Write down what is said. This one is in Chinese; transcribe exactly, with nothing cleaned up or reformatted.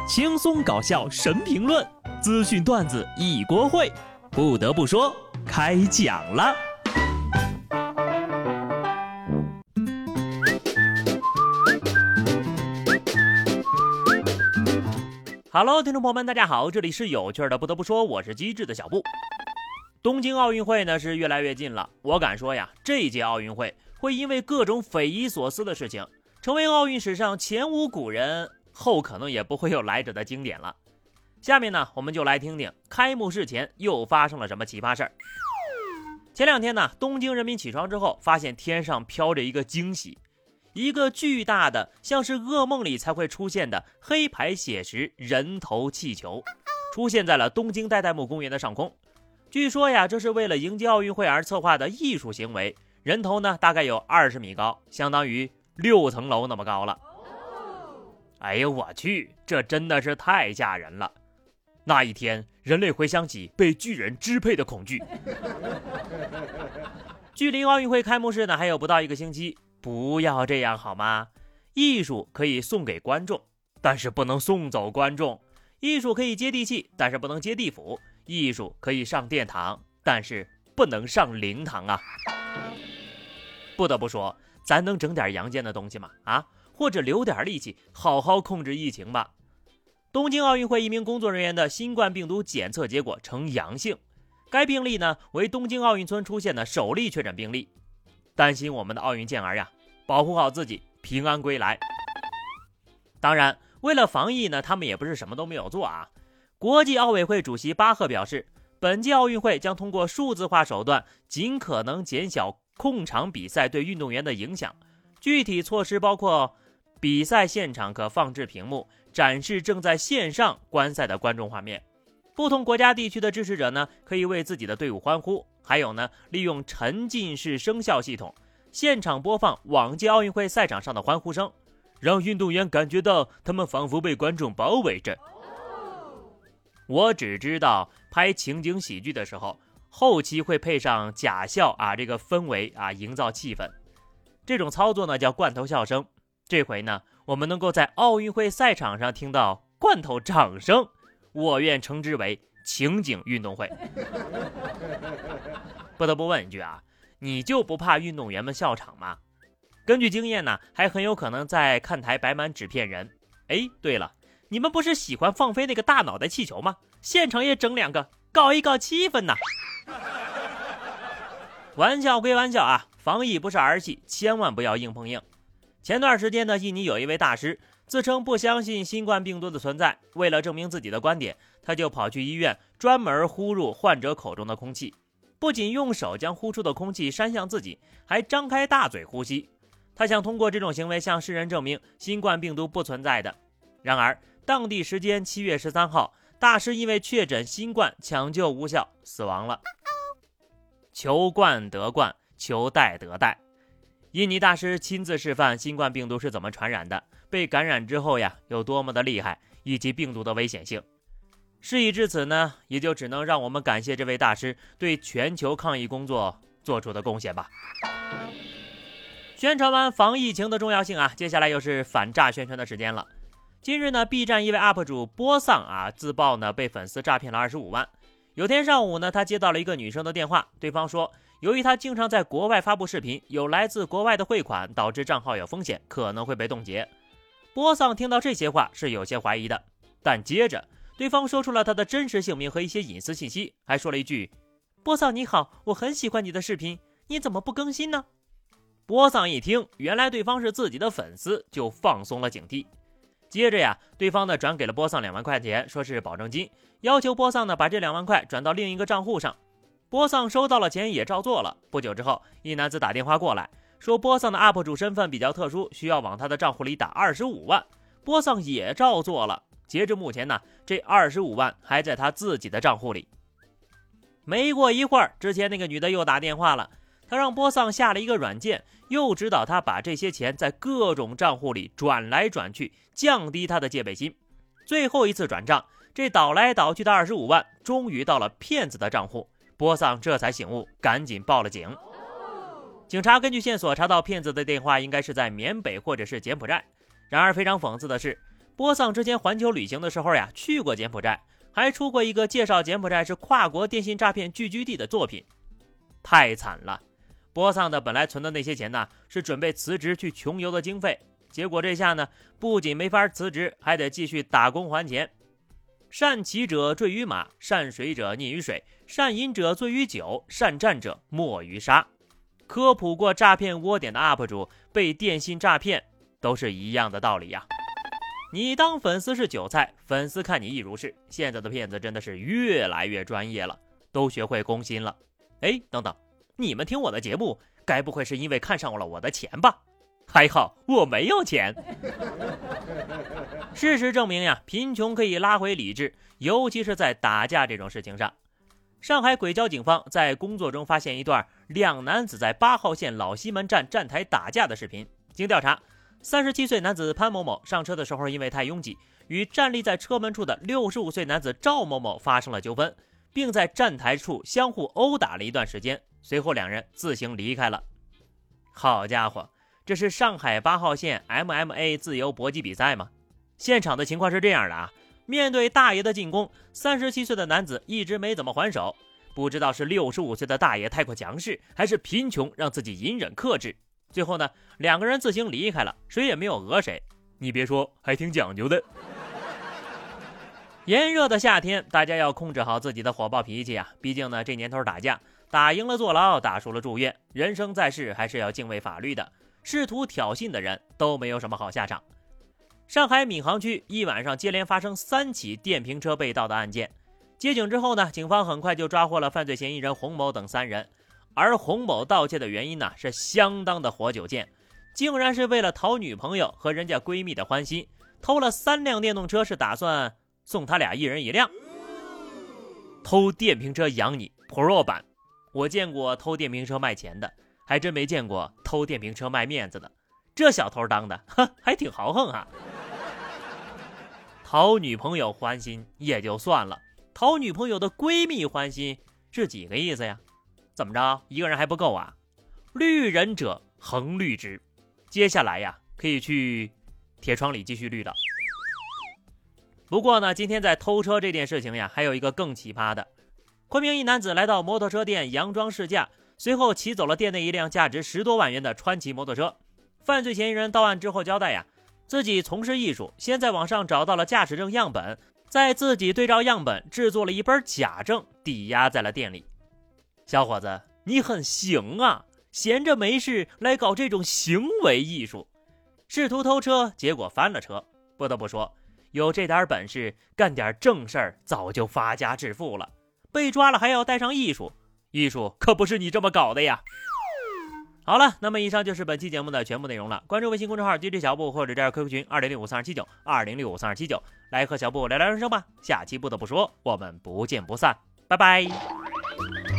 轻松搞笑神评论，资讯段子一锅烩。不得不说，开讲了。Hello， 听众朋友们，大家好，这里是有趣的。不得不说，我是机智的小布。东京奥运会呢是越来越近了，我敢说呀，这届奥运会会因为各种匪夷所思的事情，成为奥运史上前无古人，后可能也不会有来者的经典了。下面呢，我们就来听听开幕式前又发生了什么奇葩事儿。前两天呢，东京人民起床之后，发现天上飘着一个惊喜，一个巨大的像是噩梦里才会出现的黑白写实人头气球，出现在了东京代代木公园的上空。据说呀，这是为了迎接奥运会而策划的艺术行为，人头呢大概有二十米高，相当于六层楼那么高了。哎呦我去，这真的是太吓人了。那一天，人类回想起被巨人支配的恐惧。距离奥运会开幕式呢还有不到一个星期，不要这样好吗？艺术可以送给观众，但是不能送走观众。艺术可以接地气，但是不能接地府。艺术可以上殿堂，但是不能上灵堂啊。不得不说，咱能整点阳间的东西吗？啊，或者留点力气好好控制疫情吧。东京奥运会一名工作人员的新冠病毒检测结果呈阳性，该病例呢为东京奥运村出现的首例确诊病例。担心我们的奥运健儿呀，保护好自己，平安归来。当然，为了防疫呢，他们也不是什么都没有做啊。国际奥委会主席巴赫表示，本届奥运会将通过数字化手段，尽可能减小控场比赛对运动员的影响。具体措施包括比赛现场可放置屏幕，展示正在线上观赛的观众画面。不同国家地区的支持者呢，可以为自己的队伍欢呼。还有呢，利用沉浸式声效系统，现场播放往届奥运会赛场上的欢呼声，让运动员感觉到他们仿佛被观众包围着。我只知道拍情景喜剧的时候，后期会配上假笑啊，这个氛围啊，营造气氛。这种操作呢叫罐头笑声。这回呢，我们能够在奥运会赛场上听到罐头掌声，我愿称之为情景运动会。不得不问一句啊，你就不怕运动员们笑场吗？根据经验呢，还很有可能在看台摆满纸片人。哎，对了，你们不是喜欢放飞那个大脑袋气球吗？现场也整两个，搞一搞气氛呐。玩笑归玩笑啊，防疫不是儿戏，千万不要硬碰硬。前段时间呢，印尼有一位大师自称不相信新冠病毒的存在，为了证明自己的观点，他就跑去医院专门呼入患者口中的空气，不仅用手将呼出的空气扇向自己，还张开大嘴呼吸。他想通过这种行为向世人证明新冠病毒不存在的。然而当地时间七月十三号，大师因为确诊新冠抢救无效死亡了。求冠得冠，求代得代。印尼大师亲自示范新冠病毒是怎么传染的，被感染之后呀有多么的厉害，以及病毒的危险性。事已至此呢，也就只能让我们感谢这位大师对全球抗疫工作做出的贡献吧。宣传完防疫情的重要性啊，接下来又是反诈宣传的时间了。今日呢 B 站一位 U P 主波丧啊自曝呢被粉丝诈骗了二十五万。有天上午呢，他接到了一个女生的电话，对方说由于他经常在国外发布视频，有来自国外的汇款，导致账号有风险，可能会被冻结。波丧听到这些话是有些怀疑的，但接着对方说出了他的真实姓名和一些隐私信息，还说了一句：波丧你好，我很喜欢你的视频，你怎么不更新呢？波丧一听原来对方是自己的粉丝，就放松了警惕。接着呀，对方呢转给了波丧两万块钱，说是保证金，要求波丧呢把这两万块转到另一个账户上。波丧收到了钱也照做了。不久之后，一男子打电话过来，说波丧的 U P 主身份比较特殊，需要往他的账户里打二十五万。波丧也照做了。截至目前呢，这二十五万还在他自己的账户里。没过一会儿，之前那个女的又打电话了，她让波丧下了一个软件，又指导他把这些钱在各种账户里转来转去，降低他的戒备心。最后一次转账，这倒来倒去的二十五万终于到了骗子的账户。波丧这才醒悟，赶紧报了警。警察根据线索查到骗子的电话应该是在缅北或者是柬埔寨。然而非常讽刺的是， 波桑之前环球旅行的时候呀，去过柬埔寨，还出过一个介绍柬埔寨是跨国电信诈骗聚居地的作品。太惨了，波桑的本来存的那些钱呢，是准备辞职去穷游的经费，结果这下呢，不仅没法辞职，还得继续打工还钱。善骑者坠于马，善水者溺于水，善饮者醉于酒，善战者没于沙。科普过诈骗窝点的 U P 主被电信诈骗，都是一样的道理呀。你当粉丝是韭菜，粉丝看你亦如是。现在的骗子真的是越来越专业了，都学会攻心了。哎，等等，你们听我的节目，该不会是因为看上了我的钱吧？还好我没有钱。事实证明呀，贫穷可以拉回理智，尤其是在打架这种事情上。上海轨交警方在工作中发现一段两男子在八号线老西门站站台打架的视频。经调查，三十七岁男子潘某某上车的时候因为太拥挤，与站立在车门处的六十五岁男子赵某某发生了纠纷，并在站台处相互殴打了一段时间，随后两人自行离开了。好家伙，这是上海八号线 M M A 自由搏击比赛吗？现场的情况是这样的啊，面对大爷的进攻，三十七岁的男子一直没怎么还手，不知道是六十五岁的大爷太过强势，还是贫穷让自己隐忍克制。最后呢，两个人自行离开了，谁也没有讹谁。你别说，还挺讲究的。炎热的夏天，大家要控制好自己的火爆脾气啊！毕竟呢，这年头打架，打赢了坐牢，打输了住院，人生在世还是要敬畏法律的。试图挑衅的人都没有什么好下场。上海闵行区一晚上接连发生三起电瓶车被盗的案件。接警之后呢，警方很快就抓获了犯罪嫌疑人洪某等三人。而洪某盗窃的原因呢，是相当的活久见，竟然是为了讨女朋友和人家闺蜜的欢心，偷了三辆电动车，是打算送他俩一人一辆。偷电瓶车养你 Pro 版，我见过偷电瓶车卖钱的，还真没见过偷电瓶车卖面子的。这小偷当的呵还挺豪横啊。讨女朋友欢心也就算了，讨女朋友的闺蜜欢心是几个意思呀？怎么着，一个人还不够啊？绿人者恒绿之。接下来呀，可以去铁窗里继续绿了。不过呢，今天在偷车这件事情呀，还有一个更奇葩的。昆明一男子来到摩托车店佯装试驾，随后骑走了店内一辆价值十多万元的川崎摩托车。犯罪嫌疑人到案之后交代呀，自己从事艺术，先在网上找到了驾驶证样本，再自己对照样本制作了一本假证，抵押在了店里。小伙子，你很行啊，闲着没事来搞这种行为艺术，试图偷车，结果翻了车。不得不说，有这点本事，干点正事儿，早就发家致富了。被抓了还要带上艺术，艺术可不是你这么搞的呀。好了，那么以上就是本期节目的全部内容了。关注微信公众号 D J 小布，或者加入 Q Q 群二零六五三二七九二零六五三二七九，来和小布聊聊人生吧。下期不得不说，我们不见不散，拜拜。